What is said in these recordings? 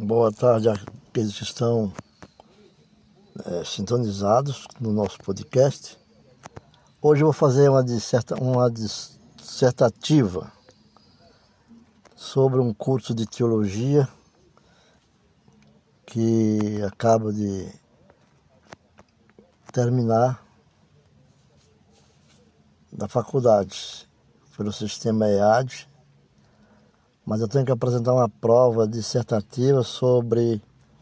Boa tarde àqueles que estão sintonizados no nosso podcast. Hoje eu vou fazer uma dissertativa sobre um curso de teologia que acabo de terminar da faculdade pelo sistema EAD, mas eu tenho que apresentar uma prova dissertativa sobre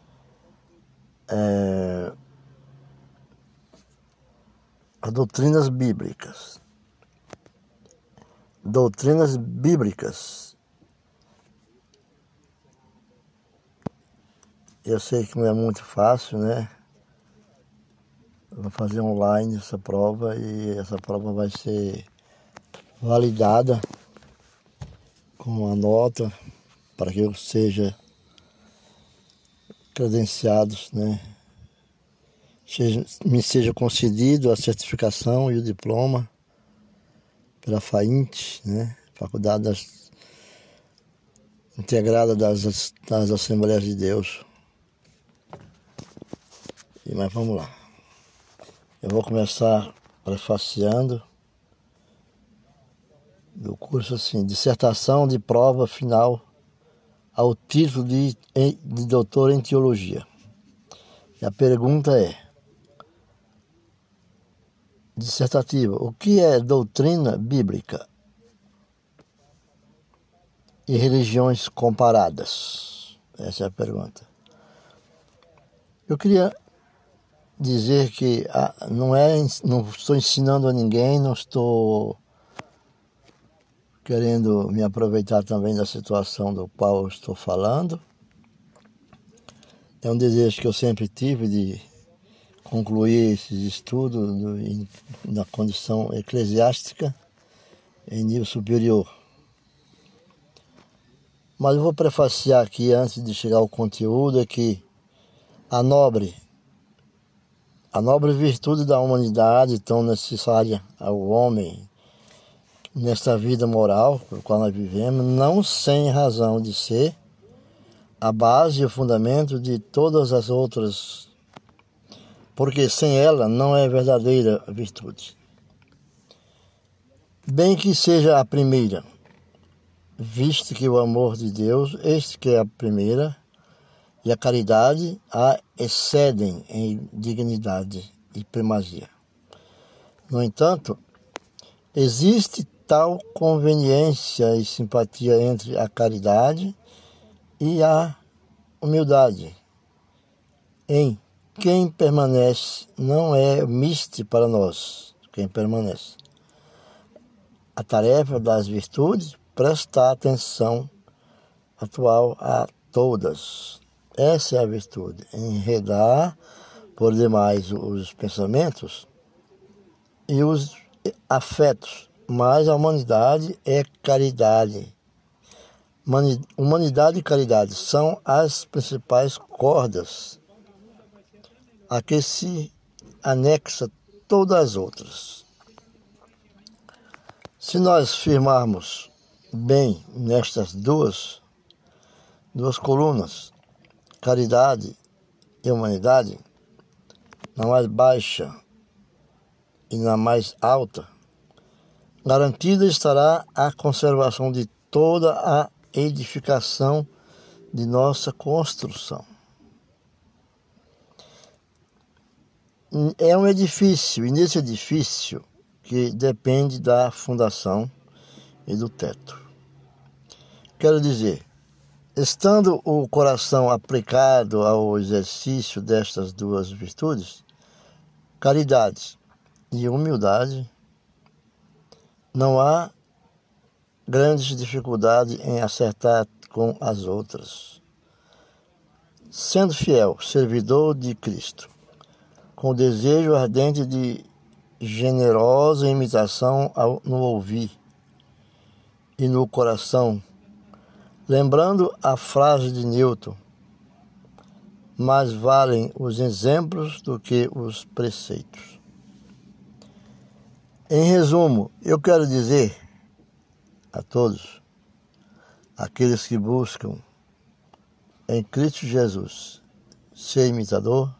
as doutrinas bíblicas. Doutrinas bíblicas. Eu sei que não é muito fácil, né? Eu vou fazer online essa prova e essa prova vai ser validada com uma nota para que eu seja credenciado, né? Me seja concedido a certificação e o diploma pela FAINT, né? Faculdade Integrada das Assembleias de Deus. Mas vamos lá. Eu vou começar prefaciando do curso assim: dissertação de prova final ao título de doutor em teologia. E a pergunta é dissertativa: o que é doutrina bíblica e religiões comparadas? Essa é a pergunta. Eu queria dizer que não estou ensinando a ninguém, não estou querendo me aproveitar também da situação do qual eu estou falando. É um desejo que eu sempre tive de concluir esses estudos na condição eclesiástica em nível superior. Mas eu vou prefaciar aqui, antes de chegar ao conteúdo, é que a nobre virtude da humanidade tão necessária ao homem nesta vida moral pela qual nós vivemos, não sem razão de ser a base e o fundamento de todas as outras, porque sem ela não é verdadeira virtude. Bem que seja a primeira, visto que o amor de Deus, este que é a primeira, e a caridade a excedem em dignidade e primazia. No entanto, existe tal conveniência e simpatia entre a caridade e a humildade. Em quem permanece não é místico para nós, quem permanece. A tarefa das virtudes, prestar atenção atual a todas. Essa é a virtude, enredar por demais os pensamentos e os afetos, mas a humanidade é caridade. Humanidade e caridade são as principais cordas a que se anexa todas as outras. Se nós firmarmos bem nestas duas colunas, caridade e humanidade, na mais baixa e na mais alta, garantida estará a conservação de toda a edificação de nossa construção. É um edifício, e nesse edifício que depende da fundação e do teto. Quero dizer, estando o coração aplicado ao exercício destas duas virtudes, caridade e humildade, não há grandes dificuldades em acertar com as outras. Sendo fiel, servidor de Cristo, com o desejo ardente de generosa imitação no ouvir e no coração, lembrando a frase de Newton: mais valem os exemplos do que os preceitos. Em resumo, eu quero dizer a todos aqueles que buscam em Cristo Jesus, ser imitador,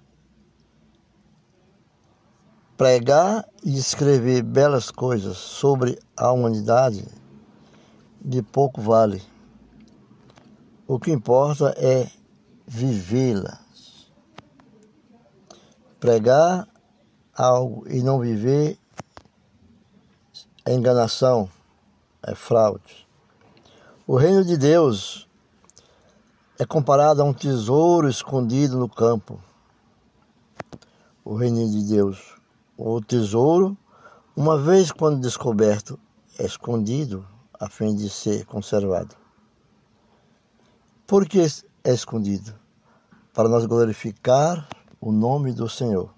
pregar e escrever belas coisas sobre a humanidade, de pouco vale. O que importa é vivê-las. Pregar algo e não viver é enganação, é fraude. O reino de Deus é comparado a um tesouro escondido no campo. O reino de Deus, o tesouro, uma vez quando descoberto, é escondido a fim de ser conservado. Por que é escondido? Para nós glorificar o nome do Senhor.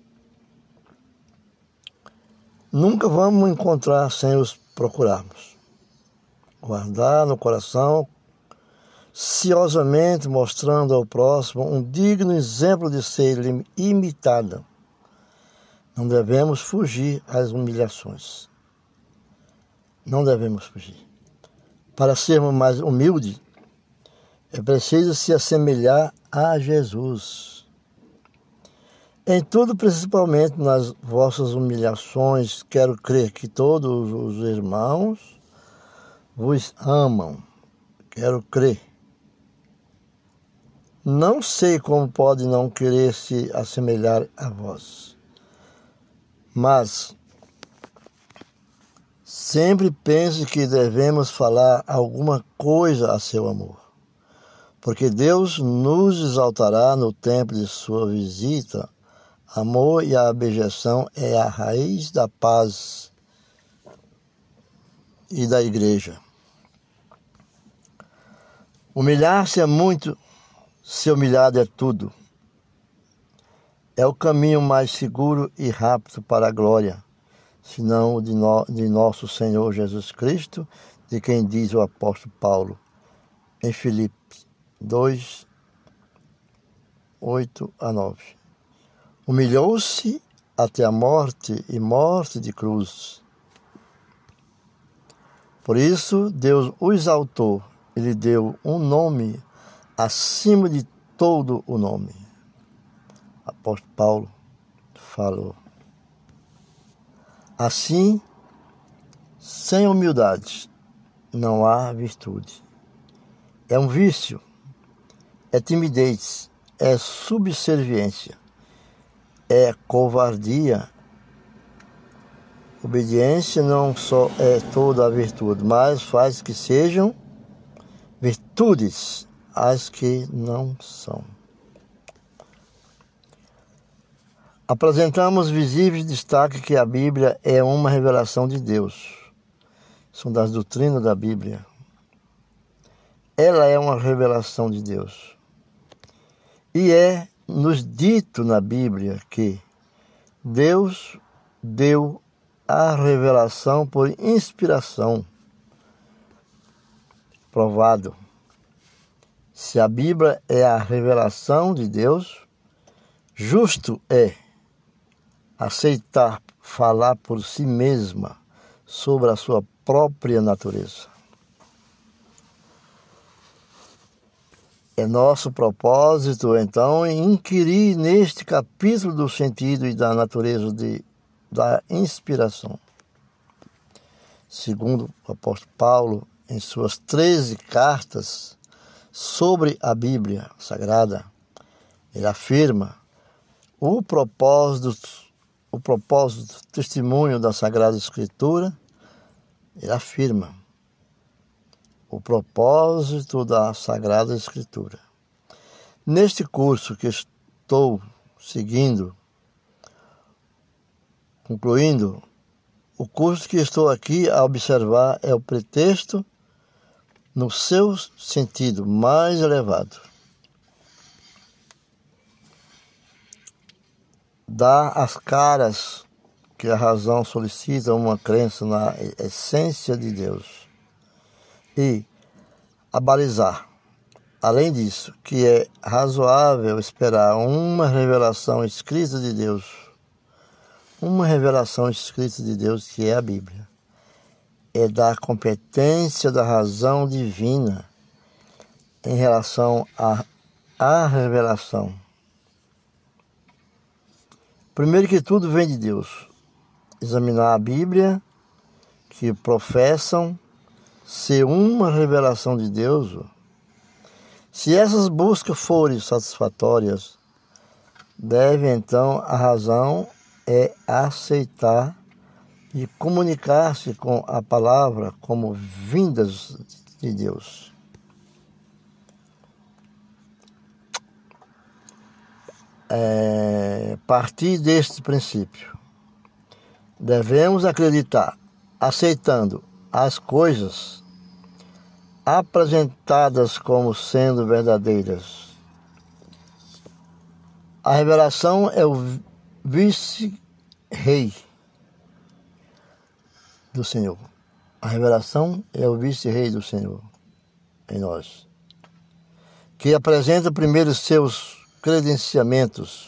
Nunca vamos encontrar sem os procurarmos. Guardar no coração, ciosamente mostrando ao próximo um digno exemplo de ser imitado. Não devemos fugir às humilhações. Não devemos fugir. Para sermos mais humildes, é preciso se assemelhar a Jesus. Em tudo, principalmente nas vossas humilhações, quero crer que todos os irmãos vos amam. Quero crer. Não sei como pode não querer se assemelhar a vós, mas sempre pense que devemos falar alguma coisa a seu amor, porque Deus nos exaltará no tempo de sua visita. Amor e a abjeção é a raiz da paz e da igreja. Humilhar-se é muito, ser humilhado é tudo. É o caminho mais seguro e rápido para a glória, senão o de nosso Senhor Jesus Cristo, de quem diz o apóstolo Paulo, em Filipe 2, 8-9. Humilhou-se até a morte e morte de cruz. Por isso, Deus o exaltou e lhe deu um nome acima de todo o nome. Apóstolo Paulo falou. Assim, sem humildade, não há virtude. É um vício, é timidez, é subserviência, é covardia. Obediência não só é toda a virtude, mas faz que sejam virtudes as que não são. Apresentamos visíveis destaque que a Bíblia é uma revelação de Deus. São das doutrinas da Bíblia. Ela é uma revelação de Deus. E é nos dito na Bíblia que Deus deu a revelação por inspiração. Provado. Se a Bíblia é a revelação de Deus, justo é aceitar falar por si mesma sobre a sua própria natureza. É nosso propósito, então, inquirir neste capítulo do sentido e da natureza da inspiração. Segundo o apóstolo Paulo, em suas 13 cartas sobre a Bíblia Sagrada, ele afirma o propósito do testemunho da Sagrada Escritura. Ele afirma o propósito da Sagrada Escritura. Neste curso que estou seguindo, concluindo, o curso que estou aqui a observar é o pretexto no seu sentido mais elevado. Dá as caras que a razão solicita uma crença na essência de Deus e abalizar. Além disso, que é razoável esperar uma revelação escrita de Deus, uma revelação escrita de Deus que é a Bíblia, é da competência da razão divina em relação a a revelação. Primeiro que tudo vem de Deus. Examinar a Bíblia, que professam ser uma revelação de Deus. Se essas buscas forem satisfatórias, deve então a razão é aceitar e comunicar-se com a palavra como vindas de Deus. Partir deste princípio, devemos acreditar, aceitando as coisas apresentadas como sendo verdadeiras. A revelação é o vice-rei do Senhor. A revelação é o vice-rei do Senhor em nós, que apresenta primeiro seus credenciamentos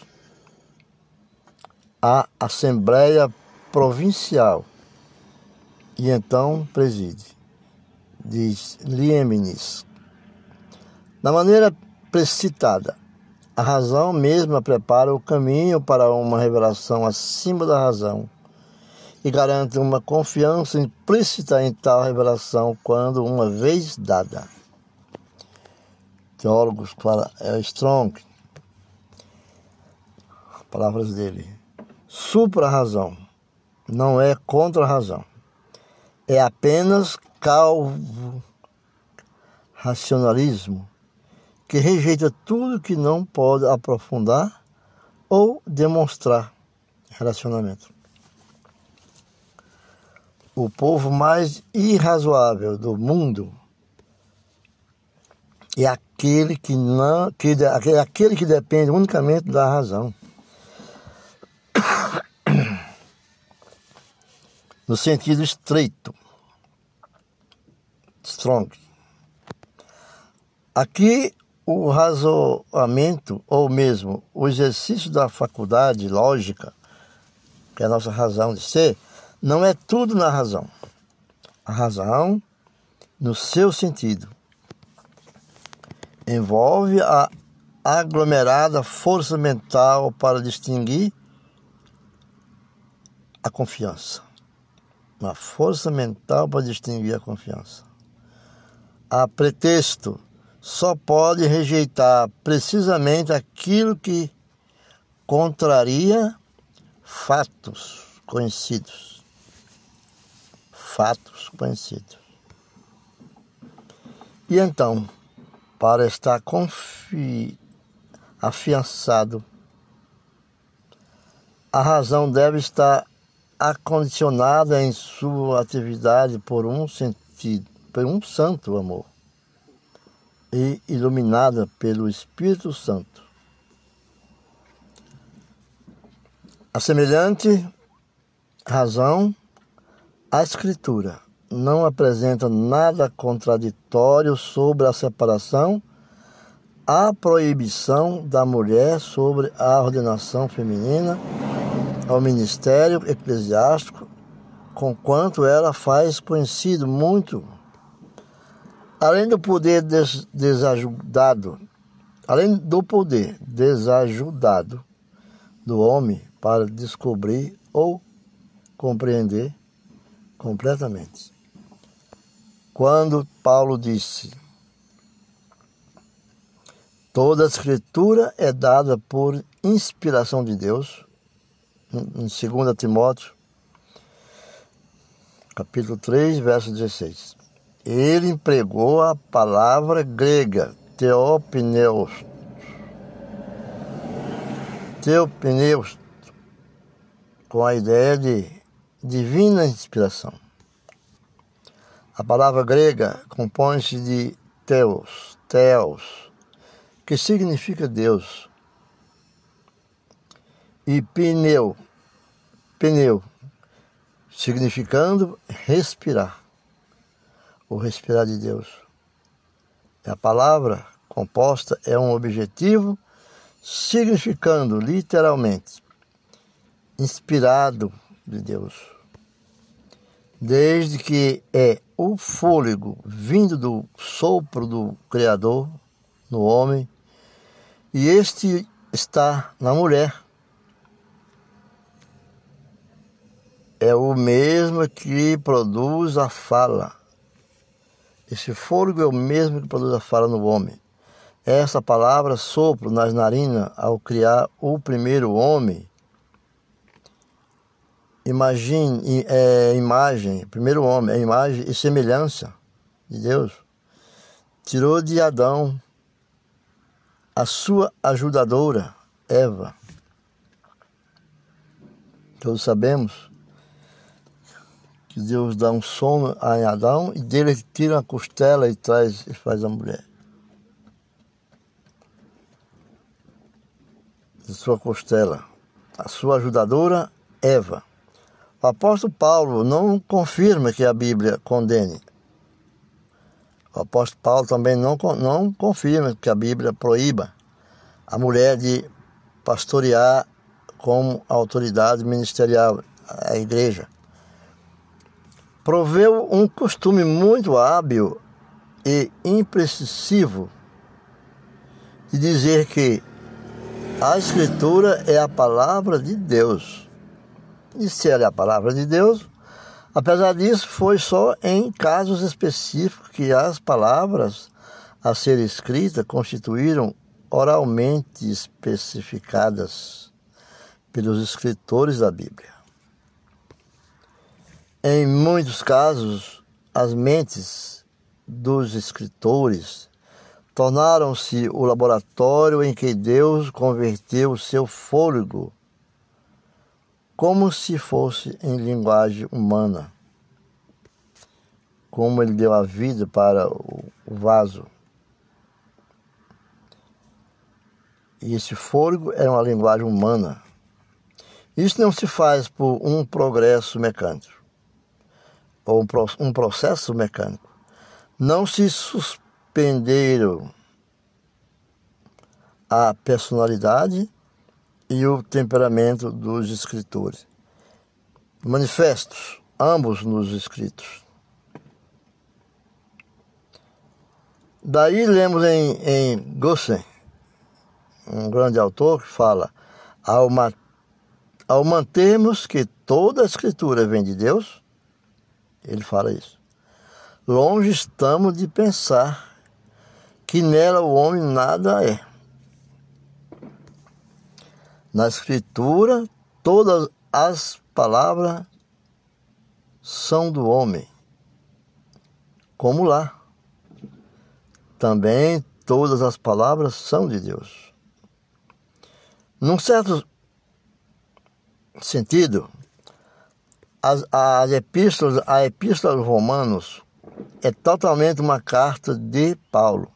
à Assembleia Provincial e então preside, diz Leibniz. Da maneira precitada, a razão mesma prepara o caminho para uma revelação acima da razão e garante uma confiança implícita em tal revelação quando uma vez dada. Teólogos Strong, palavras dele. Supra-razão não é contra-razão, é apenas calvo racionalismo que rejeita tudo que não pode aprofundar ou demonstrar relacionamento. O povo mais irrazoável do mundo é aquele que depende unicamente da razão. No sentido estreito, Strong. Aqui o razoamento, ou mesmo o exercício da faculdade lógica, que é a nossa razão de ser, não é tudo na razão. A razão, no seu sentido, envolve a aglomerada força mental para distinguir a confiança. Uma força mental para distinguir a confiança. A pretexto, só pode rejeitar precisamente aquilo que contraria fatos conhecidos. Fatos conhecidos. E então, para estar afiançado, a razão deve estar acondicionada em sua atividade por um santo amor e iluminada pelo Espírito Santo. A semelhante razão, a Escritura não apresenta nada contraditório sobre a separação, a proibição da mulher sobre a ordenação feminina ao ministério eclesiástico, conquanto ela faz conhecido muito, além do poder desajudado do homem para descobrir ou compreender completamente. Quando Paulo disse: toda a Escritura é dada por inspiração de Deus, em 2 Timóteo, capítulo 3, verso 16. Ele empregou a palavra grega, teopneus, com a ideia de divina inspiração. A palavra grega compõe-se de theos, que significa Deus, e pneu, significando respirar, o respirar de Deus. A palavra composta é um objetivo, significando literalmente inspirado de Deus. Desde que é o fôlego vindo do sopro do Criador no homem e este está na mulher. É o mesmo que produz a fala. Esse fôlego é o mesmo que produz a fala no homem. Essa palavra sopro nas narinas ao criar o primeiro homem. Primeiro homem, é imagem e semelhança de Deus. Tirou de Adão a sua ajudadora, Eva. Todos sabemos que Deus dá um sono a Adão e dele tira a costela e faz a mulher. De sua costela, a sua ajudadora, Eva. O apóstolo Paulo não confirma que a Bíblia condene. O apóstolo Paulo também não confirma que a Bíblia proíba a mulher de pastorear como autoridade ministerial a igreja. Proveu um costume muito hábil e impreciso de dizer que a Escritura é a palavra de Deus. E se ela é a palavra de Deus, apesar disso, foi só em casos específicos que as palavras a ser escritas constituíram oralmente especificadas pelos escritores da Bíblia. Em muitos casos, as mentes dos escritores tornaram-se o laboratório em que Deus converteu o seu fôlego, como se fosse em linguagem humana, como ele deu a vida para o vaso. E esse fôlego é uma linguagem humana. Isso não se faz por um progresso mecânico, ou um processo mecânico. Não se suspenderam a personalidade e o temperamento dos escritores. Manifestos, ambos nos escritos. Daí lemos em Gossen, um grande autor, que fala: ao mantermos que toda a escritura vem de Deus, ele fala isso, longe estamos de pensar que nela o homem nada é. Na Escritura, todas as palavras são do homem, como lá. Também todas as palavras são de Deus. Num certo sentido, a Epístola aos Romanos é totalmente uma carta de Paulo.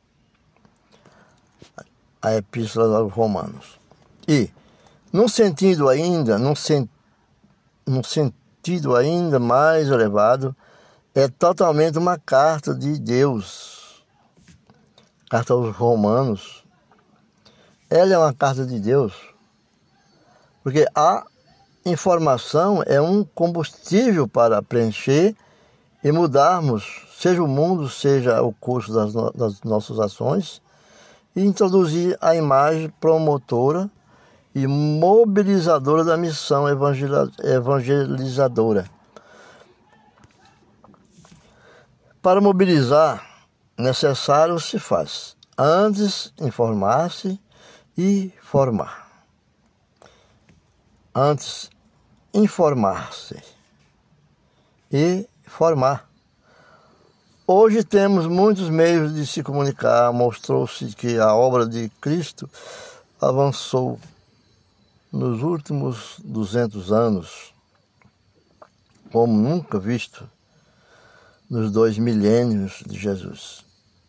A Epístola aos Romanos. E, num sentido ainda mais elevado, é totalmente uma carta de Deus. Carta aos Romanos. Ela é uma carta de Deus, porque a informação é um combustível para preencher e mudarmos, seja o mundo, seja o curso das nossas ações, e introduzir a imagem promotora e mobilizadora da missão evangelizadora. Para mobilizar, necessário se faz antes informar-se e formar. Antes informar-se e formar. Hoje temos muitos meios de se comunicar. Mostrou-se que a obra de Cristo avançou nos últimos 200 anos, como nunca visto nos 2 milênios de Jesus.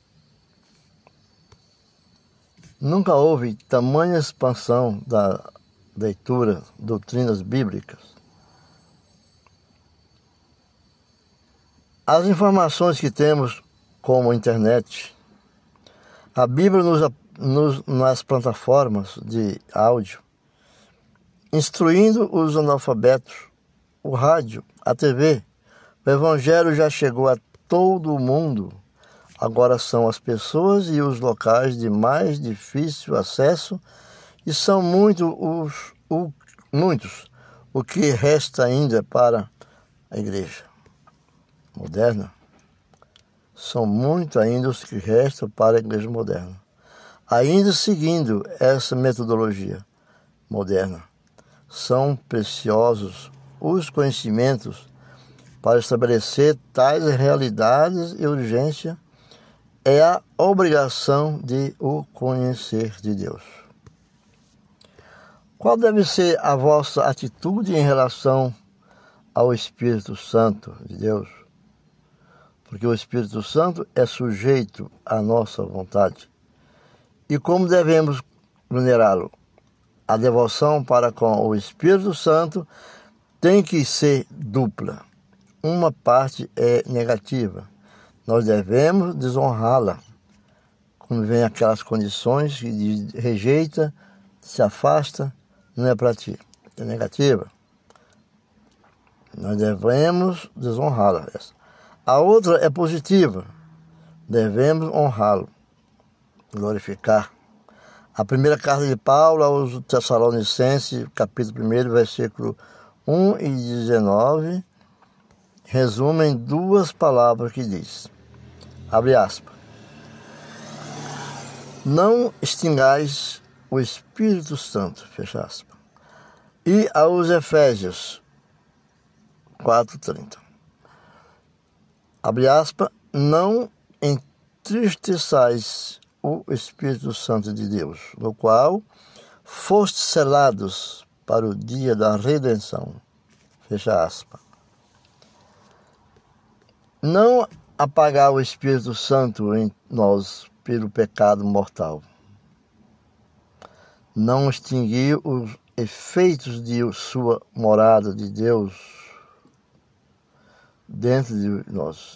Nunca houve tamanha expansão da leitura, doutrinas bíblicas. As informações que temos, como a internet, a Bíblia nas plataformas de áudio, instruindo os analfabetos, o rádio, a TV, o Evangelho já chegou a todo o mundo agora são as pessoas e os locais de mais difícil acesso, e são muitos o que resta ainda para a igreja moderna. São muito ainda os que restam para a igreja moderna, ainda seguindo essa metodologia moderna. São preciosos os conhecimentos para estabelecer tais realidades, e urgência é a obrigação de o conhecer de Deus. Qual deve ser a vossa atitude em relação ao Espírito Santo de Deus? Porque o Espírito Santo é sujeito à nossa vontade. E como devemos venerá-lo? A devoção para com o Espírito Santo tem que ser dupla. Uma parte é negativa. Nós devemos desonrá-la. Quando vem aquelas condições que rejeita, se afasta, não é para ti. É negativa. Nós devemos desonrá-la. A outra é positiva. Devemos honrá-lo, glorificar. A primeira carta de Paulo aos Tessalonicenses, capítulo 1, versículo 1 e 19, resume em duas palavras que diz, abre aspas, não extingais o Espírito Santo, fecha aspas. E aos Efésios 4:30, abre aspas, não entristeçais o Espírito Santo de Deus, no qual fostes selados para o dia da redenção, fecha aspas. Não apagar o Espírito Santo em nós pelo pecado mortal. Não extinguir os efeitos de sua morada de Deus dentro de nós.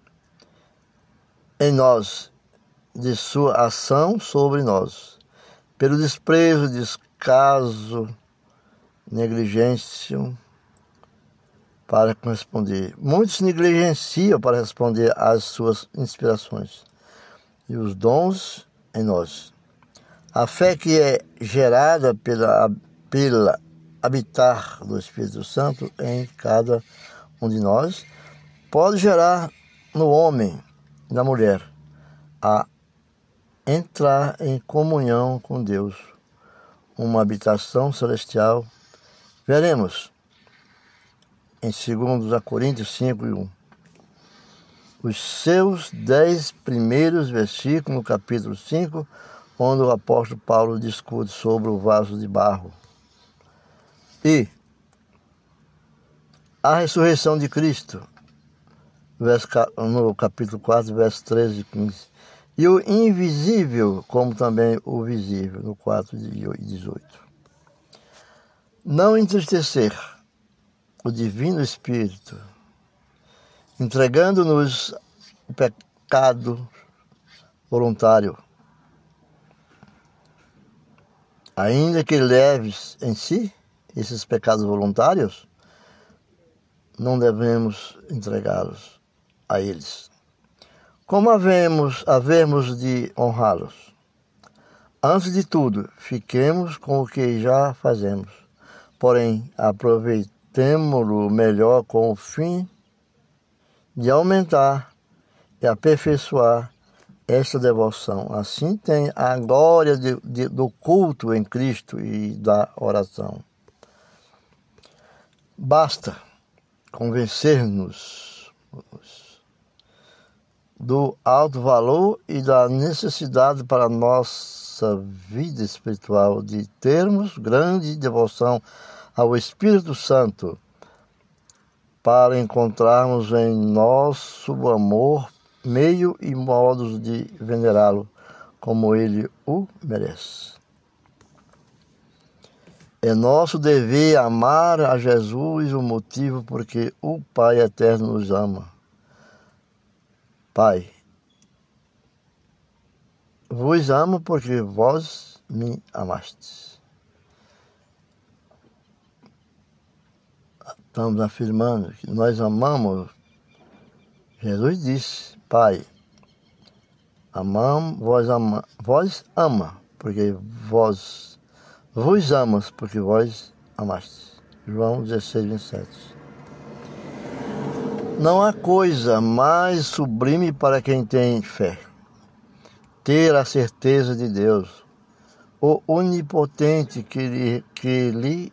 Em nós, de sua ação sobre nós, pelo desprezo, descaso, negligência para corresponder. Muitos negligenciam para responder às suas inspirações e os dons em nós. A fé que é gerada pela habitar do Espírito Santo em cada um de nós pode gerar no homem e na mulher a entrar em comunhão com Deus, uma habitação celestial. Veremos em 2 Coríntios 5:1 os seus 10 primeiros versículos no capítulo 5, onde o apóstolo Paulo discute sobre o vaso de barro. E a ressurreição de Cristo, no capítulo 4, versos 13 e 15. E o invisível, como também o visível, no 4 e 18. Não entristecer o Divino Espírito, entregando-nos o pecado voluntário, ainda que leves em si esses pecados voluntários, não devemos entregá-los a eles. Como havemos de honrá-los? Antes de tudo, fiquemos com o que já fazemos, porém aproveitemo-lo melhor com o fim de aumentar e aperfeiçoar esta devoção. Assim tem a glória do culto em Cristo e da oração. Basta convencer-nos do alto valor e da necessidade para a nossa vida espiritual de termos grande devoção ao Espírito Santo, para encontrarmos em nosso amor meio e modos de venerá-lo como ele o merece. É nosso dever amar a Jesus, o motivo porque o Pai Eterno nos ama. Pai, vos amo porque vós me amastes. Estamos afirmando que nós amamos. Jesus disse, Pai, Vós ama, porque vos amas, porque vós amaste. João 16, 27. Não há coisa mais sublime para quem tem fé. Ter a certeza de Deus, o onipotente que lhe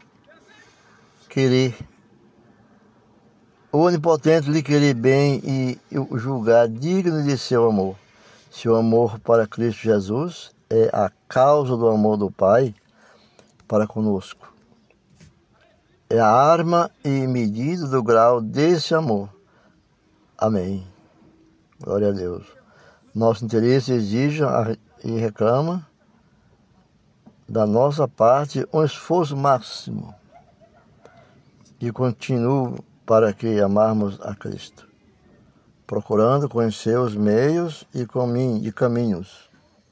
querer bem e o julgar digno de seu amor. Seu amor para Cristo Jesus é a causa do amor do Pai para conosco. É a arma e medida do grau desse amor. Amém. Glória a Deus. Nosso interesse exige e reclama da nossa parte um esforço máximo e contínuo para que amarmos a Cristo, procurando conhecer os meios e caminhos.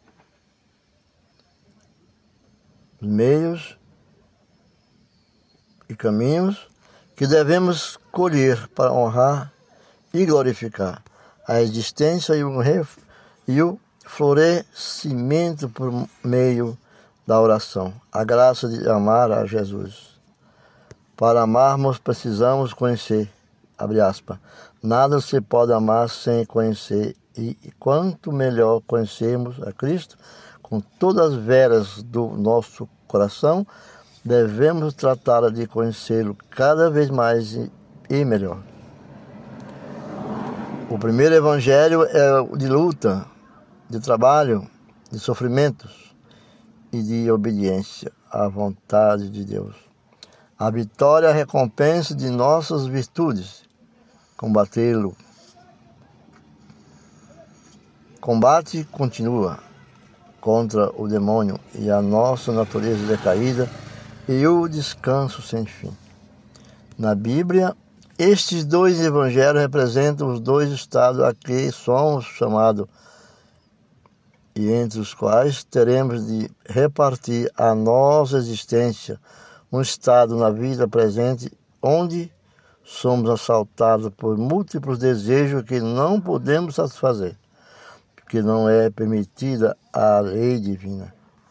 Os meios e caminhos que devemos colher para honrar e glorificar a existência e o florescimento por meio da oração, a graça de amar a Jesus. Para amarmos precisamos conhecer, abre aspas, nada se pode amar sem conhecer, e quanto melhor conhecermos a Cristo, com todas as veras do nosso coração, devemos tratar de conhecê-lo cada vez mais e melhor. O primeiro evangelho é de luta, de trabalho, de sofrimentos e de obediência à vontade de Deus. A vitória é a recompensa de nossas virtudes. Combate continua contra o demônio e a nossa natureza decaída e o descanso sem fim. Na Bíblia, estes dois evangelhos representam os dois estados a que somos chamados e entre os quais teremos de repartir a nossa existência, um estado na vida presente onde somos assaltados por múltiplos desejos que não podemos satisfazer, porque não é permitida a lei divina.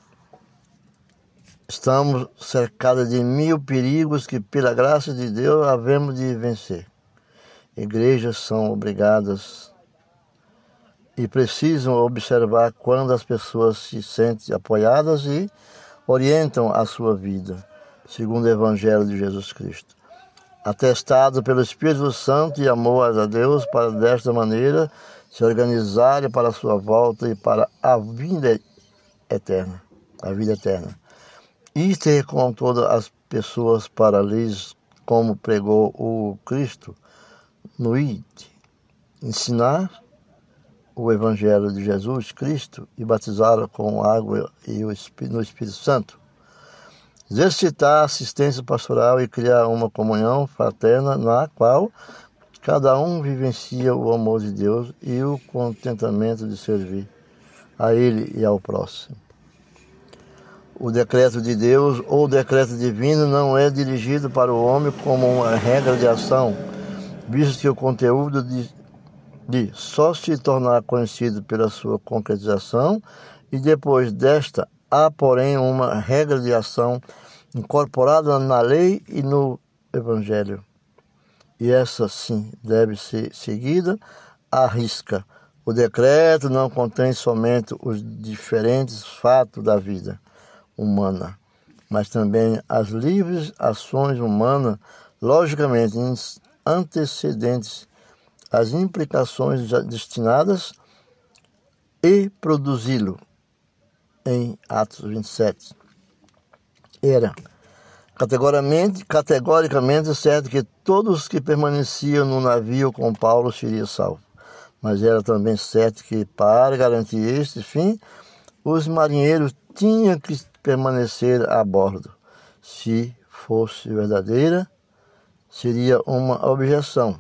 Estamos cercados de 1000 perigos que, pela graça de Deus, havemos de vencer. Igrejas são obrigadas e precisam observar quando as pessoas se sentem apoiadas e orientam a sua vida, segundo o Evangelho de Jesus Cristo. Atestado pelo Espírito Santo e amor a Deus, para desta maneira se organizarem para a sua volta e para a vida eterna. E ter com todas as pessoas para lhes, como pregou o Cristo no Ide, ensinar o Evangelho de Jesus Cristo e batizá-lo com água e no Espírito Santo. Exercitar a assistência pastoral e criar uma comunhão fraterna na qual cada um vivencia o amor de Deus e o contentamento de servir a Ele e ao próximo. O decreto de Deus ou decreto divino não é dirigido para o homem como uma regra de ação, visto que o conteúdo de só se tornar conhecido pela sua concretização e depois desta há, porém, uma regra de ação incorporada na lei e no Evangelho. E essa, sim, deve ser seguida à risca. O decreto não contém somente os diferentes fatos da vida humana, mas também as livres ações humanas, logicamente antecedentes às implicações destinadas e produzi-lo em Atos 27. Era categoricamente certo que todos os que permaneciam no navio com Paulo seriam salvos, mas era também certo que, para garantir este fim, os marinheiros tinham que permanecer a bordo. Se fosse verdadeira, seria uma objeção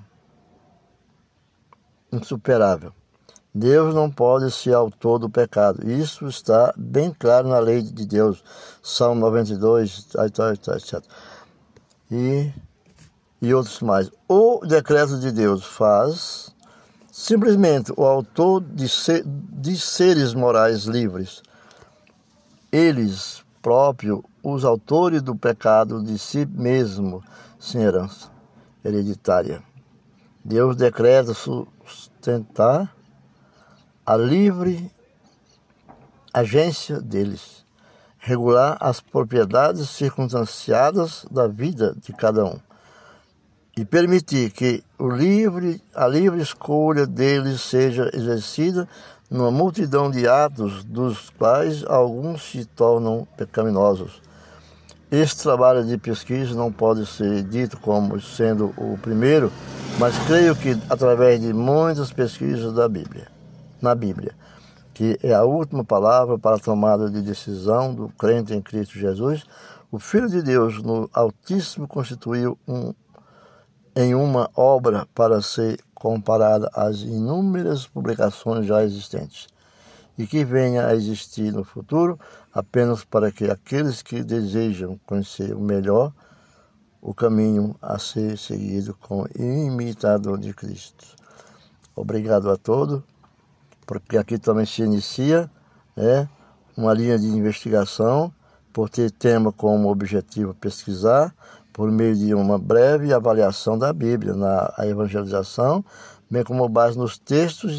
insuperável. Deus não pode ser autor do pecado. Isso está bem claro na lei de Deus. Salmo 92, etc. E outros mais. O decreto de Deus faz Simplesmente o autor de seres morais livres, eles próprios, os autores do pecado de si mesmo, sem herança hereditária. Deus decreta sustentar a livre agência deles, regular as propriedades circunstanciadas da vida de cada um e permitir que a livre escolha deles seja exercida numa multidão de atos dos quais alguns se tornam pecaminosos. Esse trabalho de pesquisa não pode ser dito como sendo o primeiro, mas creio que através de muitas pesquisas na Bíblia, que é a última palavra para a tomada de decisão do crente em Cristo Jesus, o Filho de Deus no Altíssimo constituiu em uma obra para ser comparada às inúmeras publicações já existentes e que venha a existir no futuro apenas para que aqueles que desejam conhecer melhor o caminho a ser seguido como imitador de Cristo. Obrigado a todos, porque aqui também se inicia uma linha de investigação por ter tema como objetivo pesquisar por meio de uma breve avaliação da Bíblia na evangelização, bem como base nos textos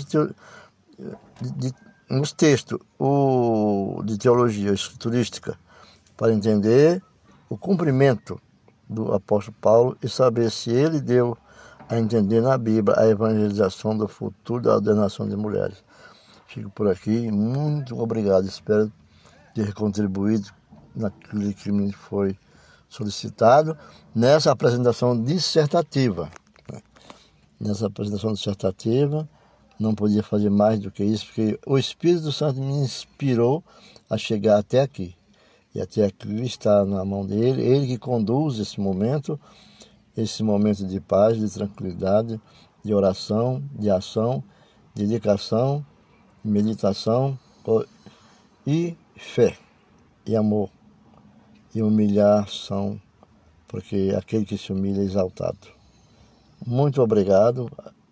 de teologia escriturística, para entender o cumprimento do apóstolo Paulo e saber se ele deu a entender na Bíblia a evangelização do futuro da ordenação de mulheres. Fico por aqui, muito obrigado, espero ter contribuído naquilo que me foi solicitado nessa apresentação dissertativa. Nessa apresentação dissertativa, não podia fazer mais do que isso, porque o Espírito Santo me inspirou a chegar até aqui. E até aqui está na mão dele, ele que conduz esse momento de paz, de tranquilidade, de oração, de ação, de dedicação, meditação e fé, e amor, e humilhação, porque aquele que se humilha é exaltado. Muito obrigado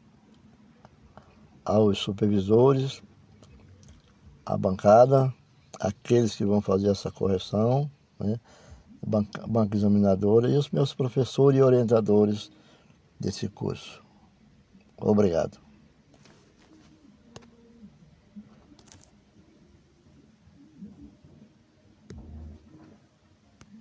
aos supervisores, à bancada, aqueles que vão fazer essa correção, banca examinadora e os meus professores e orientadores desse curso. Obrigado.